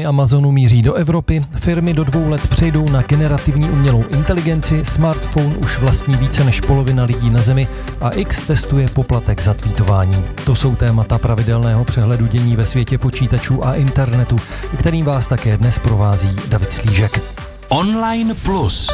Drony Amazonu míří do Evropy, firmy do 2 let přejdou na generativní umělou inteligenci, smartphone už vlastní více než polovina lidí na Zemi a X testuje poplatek za tweetování. To jsou témata pravidelného přehledu dění ve světě počítačů a internetu, kterým vás také dnes provází David Slížek. Online Plus.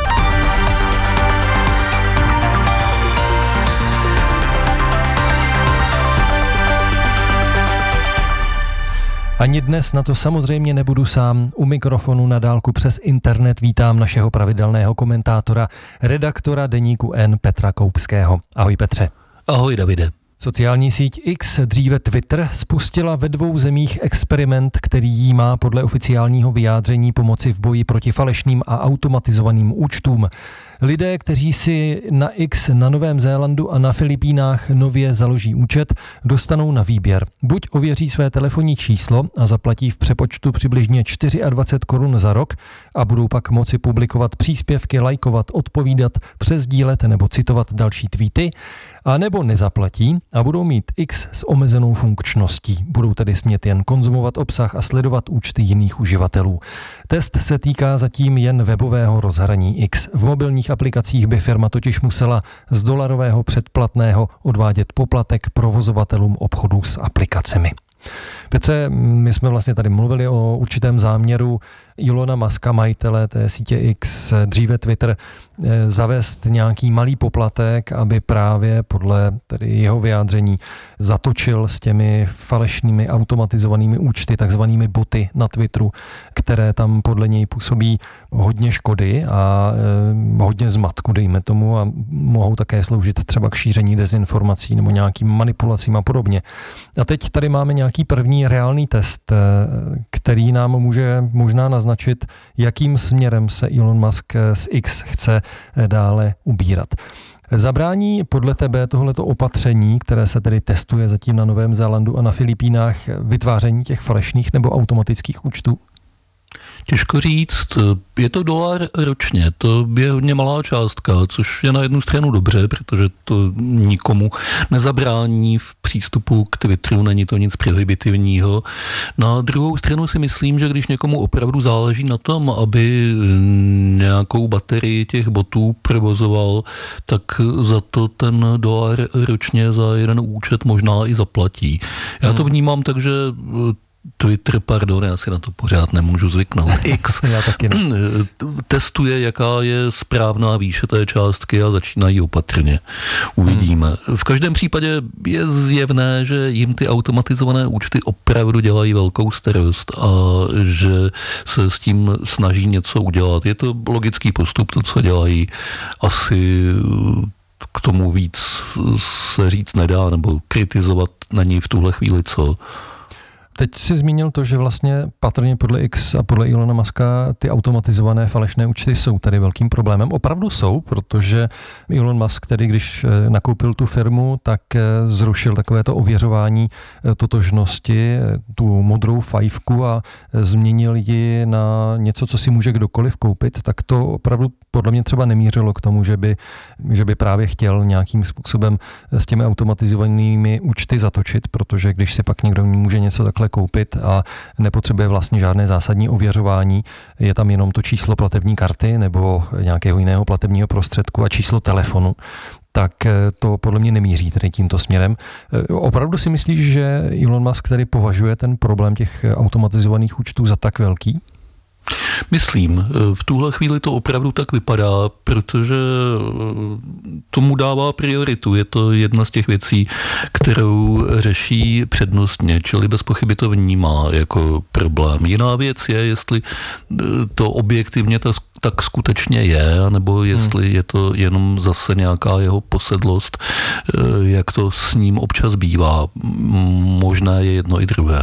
Ani dnes na to samozřejmě nebudu sám. U mikrofonu na dálku přes internet vítám našeho pravidelného komentátora, redaktora deníku N Petra Koupského. Ahoj Petře. Ahoj Davide. Sociální síť X, dříve Twitter, spustila ve 2 zemích experiment, který jí má podle oficiálního vyjádření pomoci v boji proti falešným a automatizovaným účtům. Lidé, kteří si na X na Novém Zélandu a na Filipínách nově založí účet, dostanou na výběr. Buď ověří své telefonní číslo a zaplatí v přepočtu přibližně 24 korun za rok a budou pak moci publikovat příspěvky, lajkovat, odpovídat, přesdílet nebo citovat další tweety, a nebo nezaplatí a budou mít X s omezenou funkčností. Budou tedy smět jen konzumovat obsah a sledovat účty jiných uživatelů. Test se týká zatím jen webového rozhraní X. V mobilních aplikacích by firma totiž musela z dolarového předplatného odvádět poplatek provozovatelům obchodů s aplikacemi. Petře, my jsme vlastně tady mluvili o určitém záměru Elona Muska, majitele té sítě X, dříve Twitter, zavést nějaký malý poplatek, aby právě podle tedy jeho vyjádření zatočil s těmi falešnými automatizovanými účty, takzvanými boty na Twitteru, které tam podle něj působí hodně škody a hodně zmatku, dejme tomu, a mohou také sloužit třeba k šíření dezinformací nebo nějakým manipulacím a podobně. A teď tady máme nějaký první reálný test, který nám může možná naznačit, jakým směrem se Elon Musk z X chce dále ubírat. Zabrání podle tebe tohleto opatření, které se tedy testuje zatím na Novém Zélandu a na Filipínách, vytváření těch falešných nebo automatických účtů? Těžko říct, je to $1 ročně, to je hodně malá částka, což je na jednu stranu dobře, protože to nikomu nezabrání v přístupu k Twitteru, není to nic prohibitivního. Na druhou stranu si myslím, že když někomu opravdu záleží na tom, aby nějakou baterii těch botů provozoval, tak za to ten $1 ročně za jeden účet možná i zaplatí. Já to vnímám tak, že Twitter, já si na to pořád nemůžu zvyknout. X testuje, jaká je správná výše té částky a začínají opatrně. Uvidíme. V každém případě je zjevné, že jim ty automatizované účty opravdu dělají velkou starost a že se s tím snaží něco udělat. Je to logický postup, to, co dělají. Asi k tomu víc se říct nedá, nebo kritizovat není v tuhle chvíli co. Teď si zmínil to, že vlastně patrně podle X a podle Elona Muska ty automatizované falešné účty jsou tady velkým problémem. Opravdu jsou, protože Elon Musk, tedy když nakoupil tu firmu, tak zrušil takovéto ověřování totožnosti, tu modrou fajfku, a změnil ji na něco, co si může kdokoliv koupit. Tak to opravdu podle mě třeba nemířilo k tomu, že by právě chtěl nějakým způsobem s těmi automatizovanými účty zatočit, protože když si pak někdo může něco takhle koupit a nepotřebuje vlastně žádné zásadní ověřování, je tam jenom to číslo platební karty nebo nějakého jiného platebního prostředku a číslo telefonu, tak to podle mě nemíří tedy tímto směrem. Opravdu si myslíš, že Elon Musk tedy považuje ten problém těch automatizovaných účtů za tak velký? Myslím, v tuhle chvíli to opravdu tak vypadá, protože tomu dává prioritu. Je to jedna z těch věcí, kterou řeší přednostně, čili bez pochyby to vnímá jako problém. Jiná věc je, jestli to objektivně tak skutečně je, nebo jestli je to jenom zase nějaká jeho posedlost, jak to s ním občas bývá. Možná je jedno i druhé.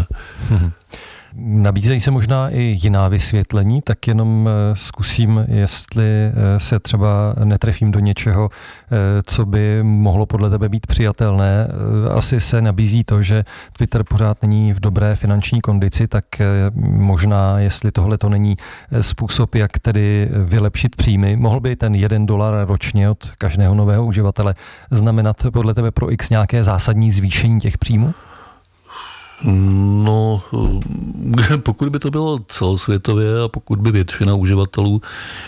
Nabízejí se možná i jiná vysvětlení, tak jenom zkusím, jestli se třeba netrefím do něčeho, co by mohlo podle tebe být přijatelné. Asi se nabízí to, že Twitter pořád není v dobré finanční kondici, tak možná, jestli tohle to není způsob, jak tedy vylepšit příjmy, mohl by ten $1 ročně od každého nového uživatele znamenat podle tebe pro X nějaké zásadní zvýšení těch příjmů? No, pokud by to bylo celosvětově a pokud by většina uživatelů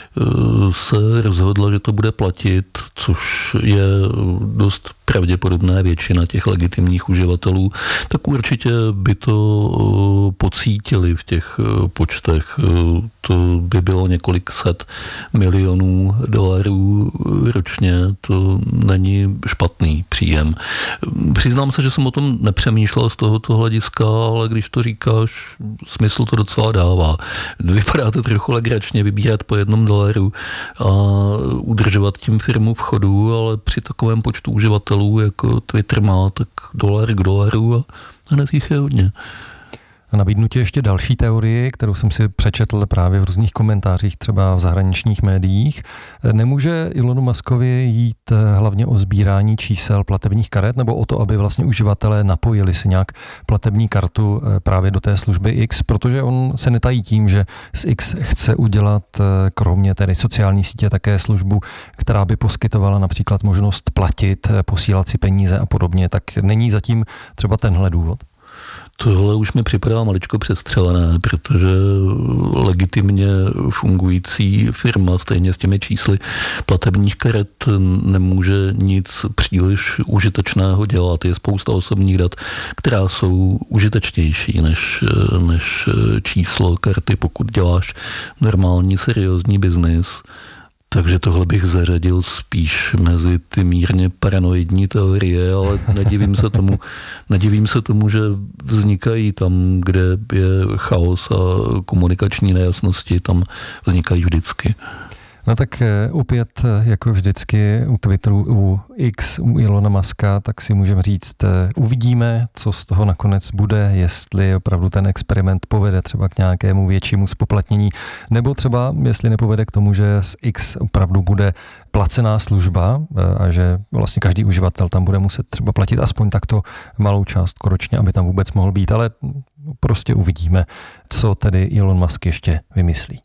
se rozhodla, že to bude platit, což je dost pravděpodobné většina těch legitimních uživatelů, tak určitě by to pocítili v těch počtech. To by bylo několik set milionů dolarů ročně, to není špatný příjem. Přiznám se, že jsem o tom nepřemýšlel z tohoto hlediska, ale když to říkáš, smysl to docela dává. Vypadá to trochu legračně vybírat po $1 a udržovat tím firmu v chodu, ale při takovém počtu uživatelů, jako Twitter má, tak $1 k dolaru a hned jich je hodně. A nabídnu ti ještě další teorii, kterou jsem si přečetl právě v různých komentářích, třeba v zahraničních médiích. Nemůže Elonu Muskovi jít hlavně o sbírání čísel platebních karet, nebo o to, aby vlastně uživatelé napojili si nějak platební kartu právě do té služby X, protože on se netají tím, že z X chce udělat kromě tedy sociální sítě také službu, která by poskytovala například možnost platit, posílat si peníze a podobně. Tak není zatím třeba tenhle důvod? Tohle už mi připadá maličko přestřelené, protože legitimně fungující firma stejně s těmi čísly platebních karet nemůže nic příliš užitečného dělat. Je spousta osobních dat, která jsou užitečnější než číslo karty, pokud děláš normální seriózní biznis. Takže tohle bych zařadil spíš mezi ty mírně paranoidní teorie, ale nedivím se tomu, že vznikají tam, kde je chaos a komunikační nejasnosti, tam vznikají vždycky. No tak opět, jako vždycky u Twitteru, u X, u Elona Muska, tak si můžeme říct, uvidíme, co z toho nakonec bude, jestli opravdu ten experiment povede třeba k nějakému většímu zpoplatnění, nebo třeba, jestli nepovede k tomu, že z X opravdu bude placená služba a že vlastně každý uživatel tam bude muset třeba platit aspoň takto malou částku ročně, aby tam vůbec mohl být, ale prostě uvidíme, co tedy Elon Musk ještě vymyslí.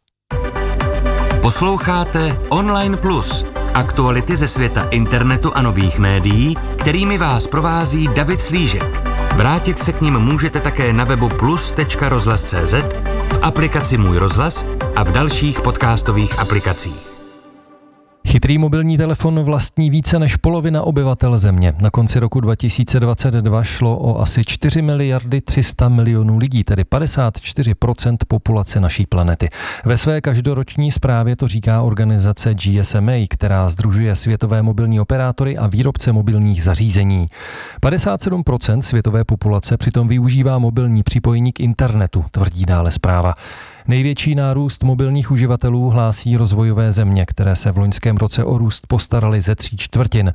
Posloucháte Online Plus, aktuality ze světa internetu a nových médií, kterými vás provází David Slížek. Vrátit se k nim můžete také na webu plus.rozhlas.cz, v aplikaci Můj rozhlas a v dalších podcastových aplikacích. Chytrý mobilní telefon vlastní více než polovina obyvatel země. Na konci roku 2022 šlo o asi 4 miliardy 300 milionů lidí, tedy 54% populace naší planety. Ve své každoroční zprávě to říká organizace GSMA, která sdružuje světové mobilní operátory a výrobce mobilních zařízení. 57% světové populace přitom využívá mobilní připojení k internetu, tvrdí dále zpráva. Největší nárůst mobilních uživatelů hlásí rozvojové země, které se v loňském roce o růst postaraly ze 3/4.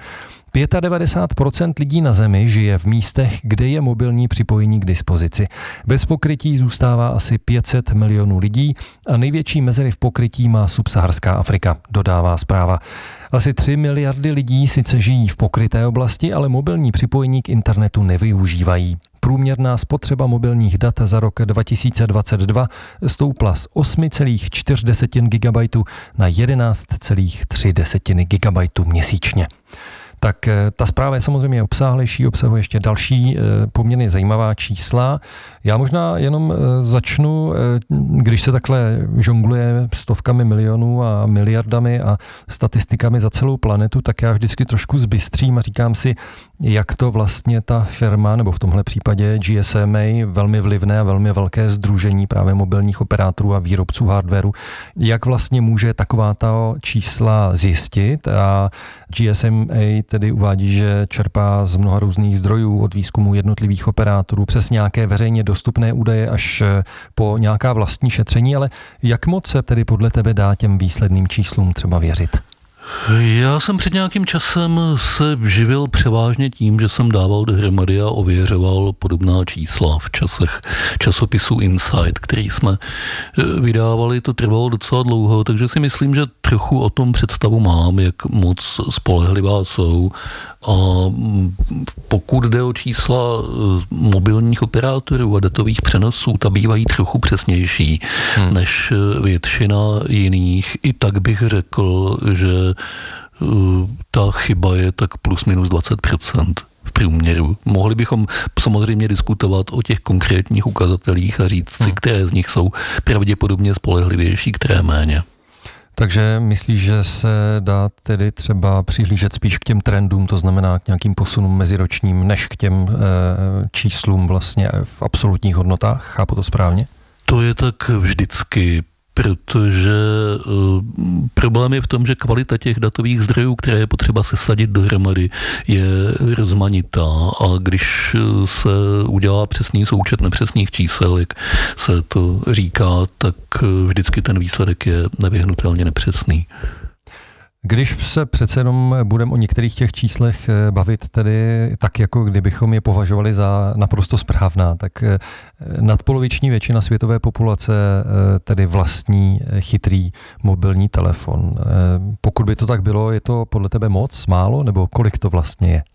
95% lidí na Zemi žije v místech, kde je mobilní připojení k dispozici. Bez pokrytí zůstává asi 500 milionů lidí a největší mezery v pokrytí má subsaharská Afrika, dodává zpráva. Asi 3 miliardy lidí sice žijí v pokryté oblasti, ale mobilní připojení k internetu nevyužívají. Průměrná spotřeba mobilních dat za rok 2022 stoupla z 8,4 GB na 11,3 GB měsíčně. Tak ta zpráva je samozřejmě obsáhlejší, obsahuje ještě další poměrně zajímavá čísla. Já možná jenom začnu, když se takhle žongluje stovkami milionů a miliardami a statistikami za celou planetu, tak já vždycky trošku zbystřím a říkám si, jak to vlastně ta firma, nebo v tomhle případě GSMA, velmi vlivné a velmi velké sdružení právě mobilních operátorů a výrobců hardwaru, jak vlastně může taková ta čísla zjistit. A GSMA tedy uvádí, že čerpá z mnoha různých zdrojů, od výzkumu jednotlivých operátorů přes nějaké veřejně dostupné údaje až po nějaká vlastní šetření, ale jak moc se tedy podle tebe dá těm výsledným číslům třeba věřit? Já jsem před nějakým časem se živil převážně tím, že jsem dával dohromady a ověřoval podobná čísla v časopisu Insight, který jsme vydávali. To trvalo docela dlouho, takže si myslím, že trochu o tom představu mám, jak moc spolehlivá jsou. A pokud jde o čísla mobilních operátorů a datových přenosů, ta bývají trochu přesnější než většina jiných. I tak bych řekl, že ta chyba je tak plus minus 20%. v průměru. Mohli bychom samozřejmě diskutovat o těch konkrétních ukazatelích a říct si, které z nich jsou pravděpodobně spolehlivější, které méně. Takže myslíš, že se dá tedy třeba přihlížet spíš k těm trendům, to znamená k nějakým posunům meziročním, než k těm číslům vlastně v absolutních hodnotách? Chápu to správně? To je tak vždycky, protože problém je v tom, že kvalita těch datových zdrojů, které je potřeba sesadit dohromady, je rozmanitá a když se udělá přesný součet nepřesných čísel, jak se to říká, tak vždycky ten výsledek je nevyhnutelně nepřesný. Když se přece jenom budeme o některých těch číslech bavit tedy tak, jako kdybychom je považovali za naprosto správná, tak nadpoloviční většina světové populace tedy vlastní chytrý mobilní telefon. Pokud by to tak bylo, je to podle tebe moc, málo, nebo kolik to vlastně je?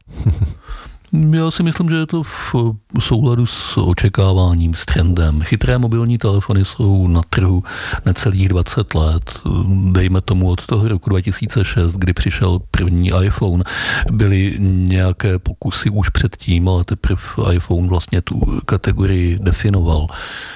Já si myslím, že je to v souladu s očekáváním, s trendem. Chytré mobilní telefony jsou na trhu necelých 20 let. Dejme tomu od toho roku 2006, kdy přišel první iPhone. Byly nějaké pokusy už předtím, ale teprve iPhone vlastně tu kategorii definoval.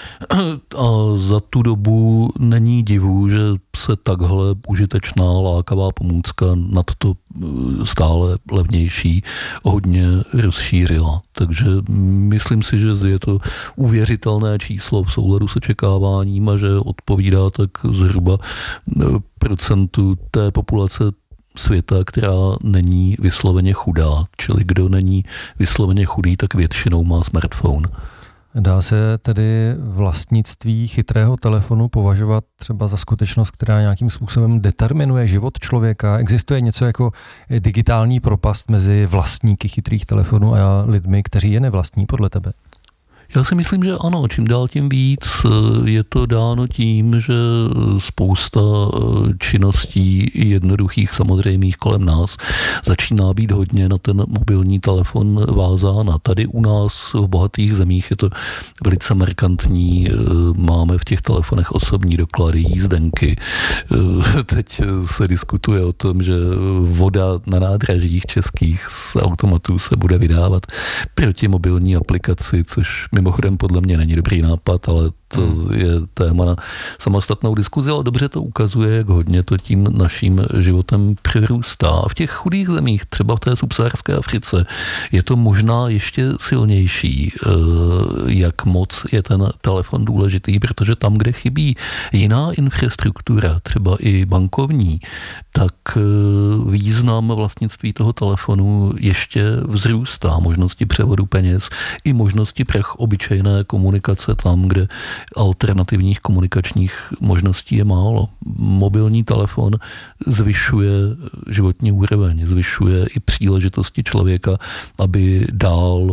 A za tu dobu není divu, že se takhle užitečná lákavá pomůcka nad to stále levnější hodně rozšířila. Takže myslím si, že je to uvěřitelné číslo v souladu s očekáváním a že odpovídá tak zhruba procentu té populace světa, která není vysloveně chudá. Čili kdo není vysloveně chudý, tak většinou má smartphone. Dá se tedy vlastnictví chytrého telefonu považovat třeba za skutečnost, která nějakým způsobem determinuje život člověka? Existuje něco jako digitální propast mezi vlastníky chytrých telefonů a lidmi, kteří je nevlastní podle tebe? Já si myslím, že ano, čím dál tím víc je to dáno tím, že spousta činností jednoduchých samozřejmých kolem nás začíná být hodně na ten mobilní telefon vázána. Tady u nás v bohatých zemích je to velice markantní, máme v těch telefonech osobní doklady, jízdenky. Teď se diskutuje o tom, že voda na nádražích českých z automatů se bude vydávat proti mobilní aplikaci, což mimochodem podle mě není dobrý nápad, ale to je téma na samostatnou diskuzi, ale dobře to ukazuje, jak hodně to tím naším životem přirůstá. A v těch chudých zemích, třeba v té subsaharské Africe, je to možná ještě silnější, jak moc je ten telefon důležitý, protože tam, kde chybí jiná infrastruktura, třeba i bankovní, tak význam vlastnictví toho telefonu ještě vzrůstá. Možnosti převodu peněz i možnosti obyčejné komunikace tam, kde alternativních komunikačních možností je málo. Mobilní telefon zvyšuje životní úroveň, zvyšuje i příležitosti člověka, aby dál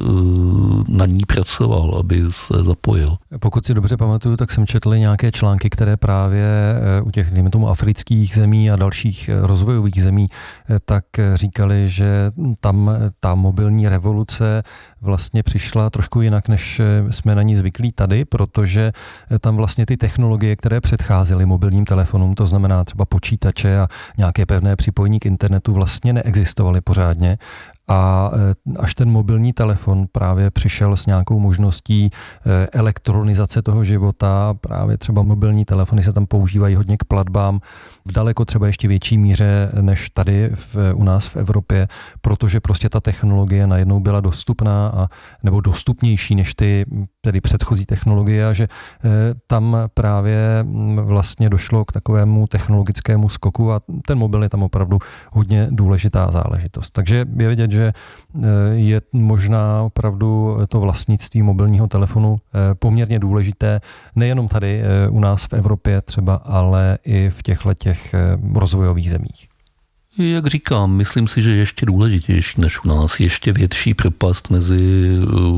na ní pracoval, aby se zapojil. Pokud si dobře pamatuju, tak jsem četl nějaké články, které právě u těch, dejme tomu, afrických zemí a dalších rozvojových zemí, tak říkali, že tam ta mobilní revoluce vlastně přišla trošku jinak, než jsme na ní zvyklí tady, protože tam vlastně ty technologie, které předcházely mobilním telefonům, to znamená třeba počítače a nějaké pevné připojení k internetu, vlastně neexistovaly pořádně. A až ten mobilní telefon právě přišel s nějakou možností elektronizace toho života, právě třeba mobilní telefony se tam používají hodně k platbám v daleko třeba ještě větší míře než tady u nás v Evropě, protože prostě ta technologie najednou byla dostupná nebo dostupnější než ty tedy předchozí technologie a že tam právě vlastně došlo k takovému technologickému skoku a ten mobil je tam opravdu hodně důležitá záležitost. Takže je vidět, že je možná opravdu to vlastnictví mobilního telefonu poměrně důležité, nejenom tady u nás v Evropě třeba, ale i v těchto rozvojových zemích. Jak říkám, myslím si, že ještě důležitější než u nás, ještě větší propast mezi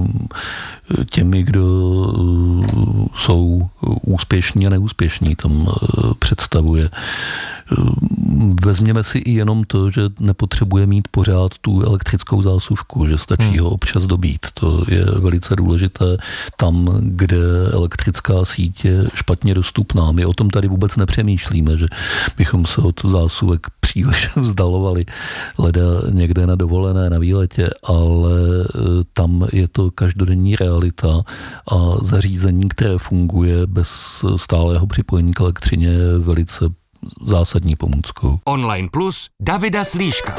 těmi, kdo jsou úspěšní a neúspěšní, tam představuje. Vezměme si i jenom to, že nepotřebuje mít pořád tu elektrickou zásuvku, že stačí ho občas dobít. To je velice důležité tam, kde elektrická síť je špatně dostupná. My o tom tady vůbec nepřemýšlíme, že bychom se od zásuvek příliš vzdalovali leda někde na dovolené, na výletě, ale tam je to každodenní realita a zařízení, které funguje bez stálého připojení k elektřině, je velice zásadní pomůckou. Online Plus Davida Slížka.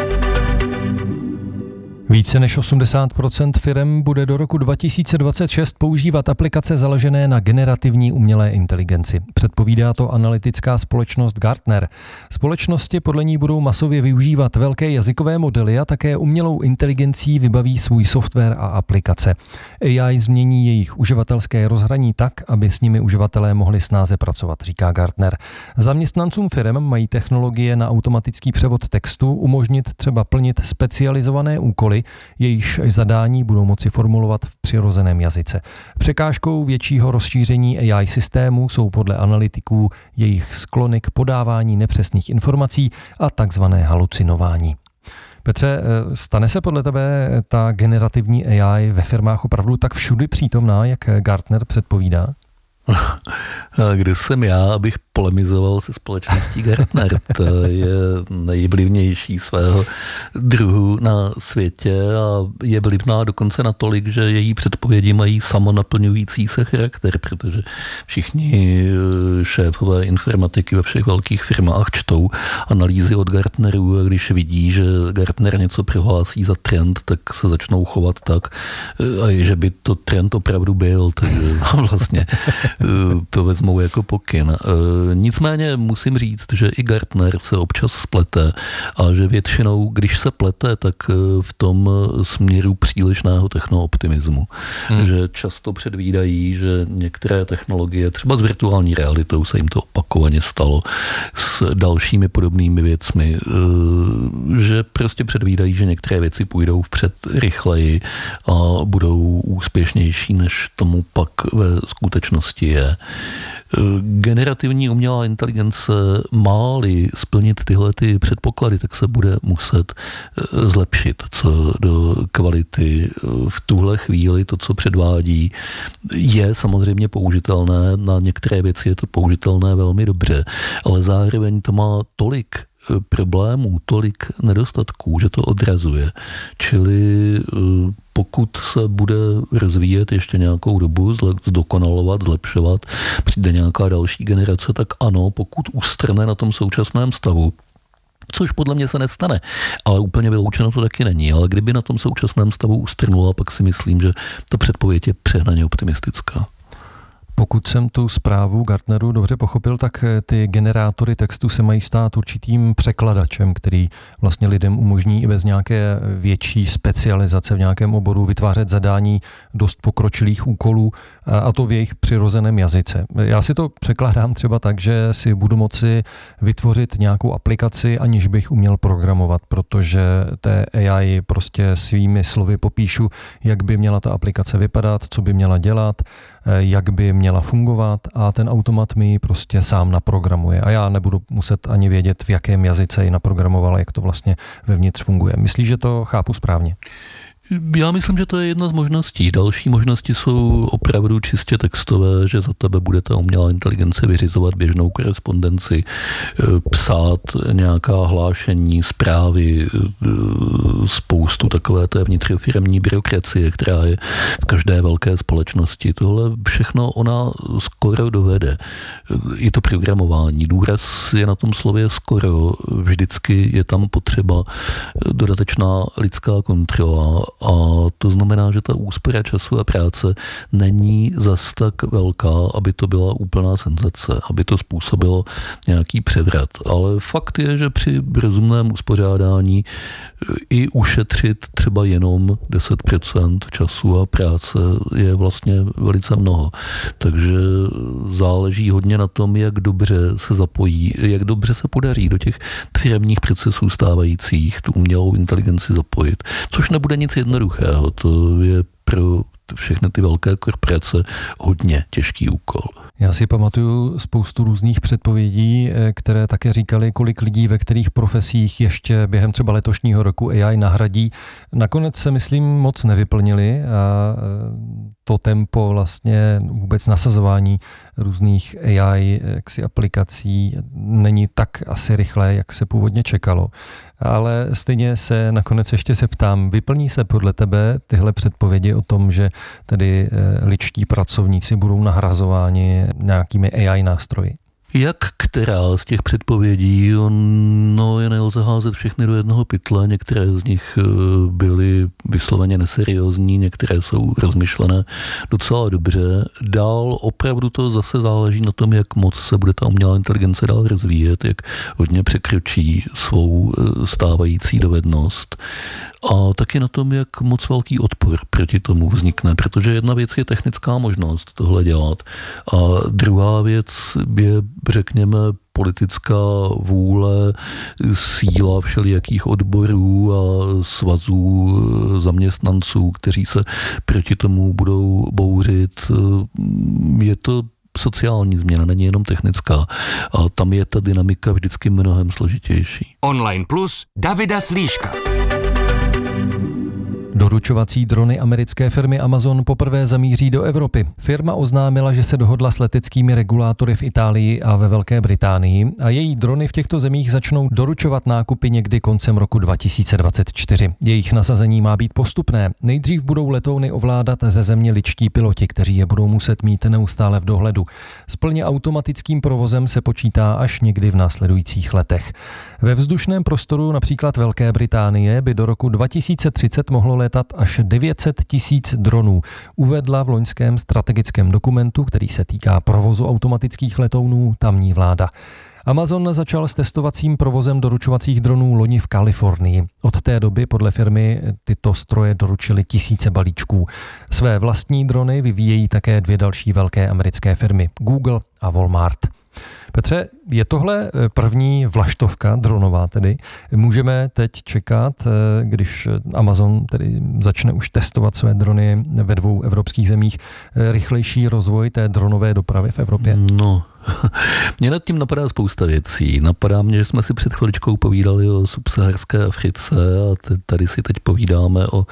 Více než 80% firem bude do roku 2026 používat aplikace založené na generativní umělé inteligenci. Předpovídá to analytická společnost Gartner. Společnosti podle ní budou masově využívat velké jazykové modely a také umělou inteligencí vybaví svůj software a aplikace. AI změní jejich uživatelské rozhraní tak, aby s nimi uživatelé mohli snáze pracovat, říká Gartner. Zaměstnancům firem mají technologie na automatický převod textu umožnit třeba plnit specializované úkoly, jejichž zadání budou moci formulovat v přirozeném jazyce. Překážkou většího rozšíření AI systémů jsou podle analytiků jejich sklony k podávání nepřesných informací a takzvané halucinování. Petře, stane se podle tebe ta generativní AI ve firmách opravdu tak všudy přítomná, jak Gartner předpovídá? Kdo jsem já, abych polemizoval se společností Gartner? To je nejvlivnější svého druhu na světě a je vlivná dokonce natolik, že její předpovědi mají samonaplňující se charakter, protože všichni šéfové informatiky ve všech velkých firmách čtou analýzy od Gartnerů a když vidí, že Gartner něco prohlásí za trend, tak se začnou chovat tak, že by to trend opravdu byl, takže vlastně to vezmou jako pokyn. Nicméně musím říct, že i Gartner se občas splete a že většinou, když se plete, tak v tom směru přílišného technooptimismu. Že často předvídají, že některé technologie, třeba s virtuální realitou se jim to opakovaně stalo, s dalšími podobnými věcmi, že prostě předvídají, že některé věci půjdou vpřed rychleji a budou úspěšnější, než tomu pak ve skutečnosti je. Generativní umělá inteligence má-li splnit tyhle ty předpoklady, tak se bude muset zlepšit co do kvality. V tuhle chvíli to, co předvádí, je samozřejmě použitelné, na některé věci je to použitelné velmi dobře, ale zároveň to má tolik problémů, tolik nedostatků, že to odrazuje. Čili pokud se bude rozvíjet ještě nějakou dobu, zdokonalovat, zlepšovat, přijde nějaká další generace, tak ano, pokud ustrne na tom současném stavu, což podle mě se nestane, ale úplně vyloučeno to taky není. Ale kdyby na tom současném stavu ustrnula, pak si myslím, že ta předpověď je přehnaně optimistická. Pokud jsem tu zprávu Gartneru dobře pochopil, tak ty generátory textu se mají stát určitým překladačem, který vlastně lidem umožní i bez nějaké větší specializace v nějakém oboru vytvářet zadání dost pokročilých úkolů, a to v jejich přirozeném jazyce. Já si to překládám třeba tak, že si budu moci vytvořit nějakou aplikaci, aniž bych uměl programovat, protože té AI prostě svými slovy popíšu, jak by měla ta aplikace vypadat, co by měla dělat, jak by měla fungovat a ten automat mi ji prostě sám naprogramuje a já nebudu muset ani vědět, v jakém jazyce ji naprogramoval, jak to vlastně vevnitř funguje. Myslíš, že to chápu správně? Já myslím, že to je jedna z možností. Další možnosti jsou opravdu čistě textové, že za tebe bude ta umělá inteligence vyřizovat běžnou korespondenci, psát nějaká hlášení, zprávy, spoustu takové té vnitrofiremní byrokracie, která je v každé velké společnosti. Tohle všechno ona skoro dovede. I to programování. Důraz je na tom slově skoro. Vždycky je tam potřeba dodatečná lidská kontrola. A to znamená, že ta úspora času a práce není zas tak velká, aby to byla úplná senzace, aby to způsobilo nějaký převrat. Ale fakt je, že při rozumném uspořádání i ušetřit třeba jenom 10% času a práce je vlastně velice mnoho. Takže záleží hodně na tom, jak dobře se zapojí, jak dobře se podaří do těch firemních procesů stávajících tu umělou inteligenci zapojit. Což nebude nic jednoduchého. To je pro všechny ty velké korporace hodně těžký úkol. Já si pamatuju spoustu různých předpovědí, které také říkali, kolik lidí ve kterých profesích ještě během třeba letošního roku AI nahradí. Nakonec se, myslím, moc nevyplnili a to tempo vlastně vůbec nasazování různých AI aplikací není tak asi rychlé, jak se původně čekalo. Ale stejně se nakonec ještě ptám, vyplní se podle tebe tyhle předpovědi o tom, že tedy lidští pracovníci budou nahrazováni nějakými AI nástroji? Jak která z těch předpovědí, no je nelze házet všechny do jednoho pytle, některé z nich byly vysloveně neseriózní, některé jsou rozmyšlené docela dobře. Dál opravdu to zase záleží na tom, jak moc se bude ta umělá inteligence dál rozvíjet, jak hodně překročí svou stávající dovednost a taky na tom, jak moc velký odpor proti tomu vznikne, protože jedna věc je technická možnost tohle dělat a druhá věc je, řekněme, politická vůle, síla všelijakých odborů a svazů zaměstnanců, kteří se proti tomu budou bouřit. Je to sociální změna, není jenom technická. A tam je ta dynamika vždycky mnohem složitější. Online Plus Davida Slížka. Doručovací drony americké firmy Amazon poprvé zamíří do Evropy. Firma oznámila, že se dohodla s leteckými regulátory v Itálii a ve Velké Británii a její drony v těchto zemích začnou doručovat nákupy někdy koncem roku 2024. Jejich nasazení má být postupné. Nejdřív budou letouny ovládat ze země lidští piloti, kteří je budou muset mít neustále v dohledu. S plně automatickým provozem se počítá až někdy v následujících letech. Ve vzdušném prostoru například Velké Británie by do roku 2030 mohlo létat až 900 000 dronů, uvedla v loňském strategickém dokumentu, který se týká provozu automatických letounů, tamní vláda. Amazon začal s testovacím provozem doručovacích dronů loni v Kalifornii. Od té doby podle firmy tyto stroje doručily tisíce balíčků. Své vlastní drony vyvíjejí také dvě další velké americké firmy, Google a Walmart. Petře, je tohle první vlaštovka dronová tedy? Můžeme teď čekat, když Amazon tedy začne už testovat své drony ve 2 evropských zemích, rychlejší rozvoj té dronové dopravy v Evropě? No, mě nad tím napadá spousta věcí. Napadá mě, že jsme si před chviličkou povídali o subsaharské Africe a tady si teď povídáme o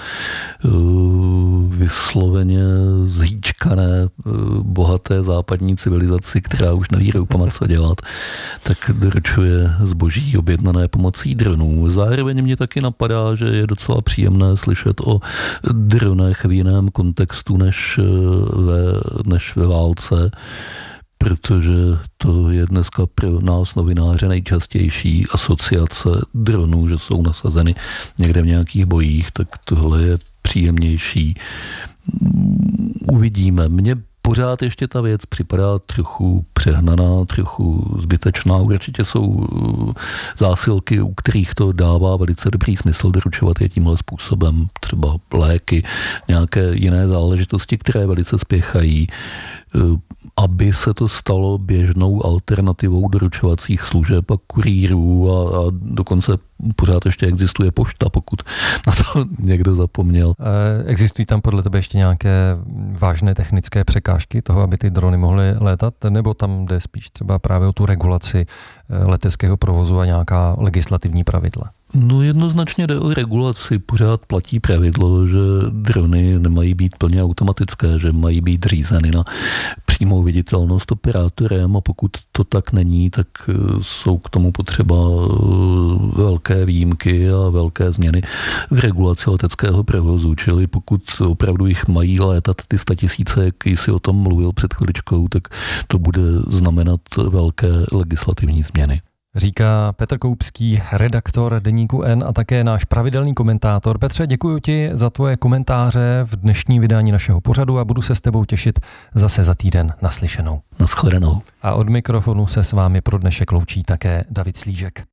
vysloveně zhýčkané, bohaté západní civilizaci, která už neví roupama co dělat, tak doručuje zboží objednané pomocí dronů. Zároveň mě taky napadá, že je docela příjemné slyšet o dronech v jiném kontextu než ve válce, protože to je dneska pro nás novináře nejčastější asociace dronů, že jsou nasazeny někde v nějakých bojích, tak tohle je příjemnější. Uvidíme. Mně pořád ještě ta věc připadá trochu přehnaná, trochu zbytečná. Určitě jsou zásilky, u kterých to dává velice dobrý smysl doručovat je tímhle způsobem. Třeba léky, nějaké jiné záležitosti, které velice spěchají. Aby se to stalo běžnou alternativou doručovacích služeb a kurýrů a dokonce pořád ještě existuje pošta, pokud na to někdo zapomněl. Existují tam podle tebe ještě nějaké vážné technické překážky toho, aby ty drony mohly létat, nebo tam jde spíš třeba právě o tu regulaci leteckého provozu a nějaká legislativní pravidla? No jednoznačně jde o regulaci. Pořád platí pravidlo, že drony nemají být plně automatické, že mají být řízeny na přímou viditelnost operátorem a pokud to tak není, tak jsou k tomu potřeba velké výjimky a velké změny v regulaci leteckého provozu. Čili pokud opravdu jich mají létat ty 100 000, jak jsi o tom mluvil před chviličkou, tak to bude znamenat velké legislativní změny. Říká Petr Koupský, redaktor Deníku N a také náš pravidelný komentátor. Petře, děkuji ti za tvoje komentáře v dnešním vydání našeho pořadu a budu se s tebou těšit zase za týden. Naslyšenou. Naschledanou. A od mikrofonu se s vámi pro dnešek loučí také David Slížek.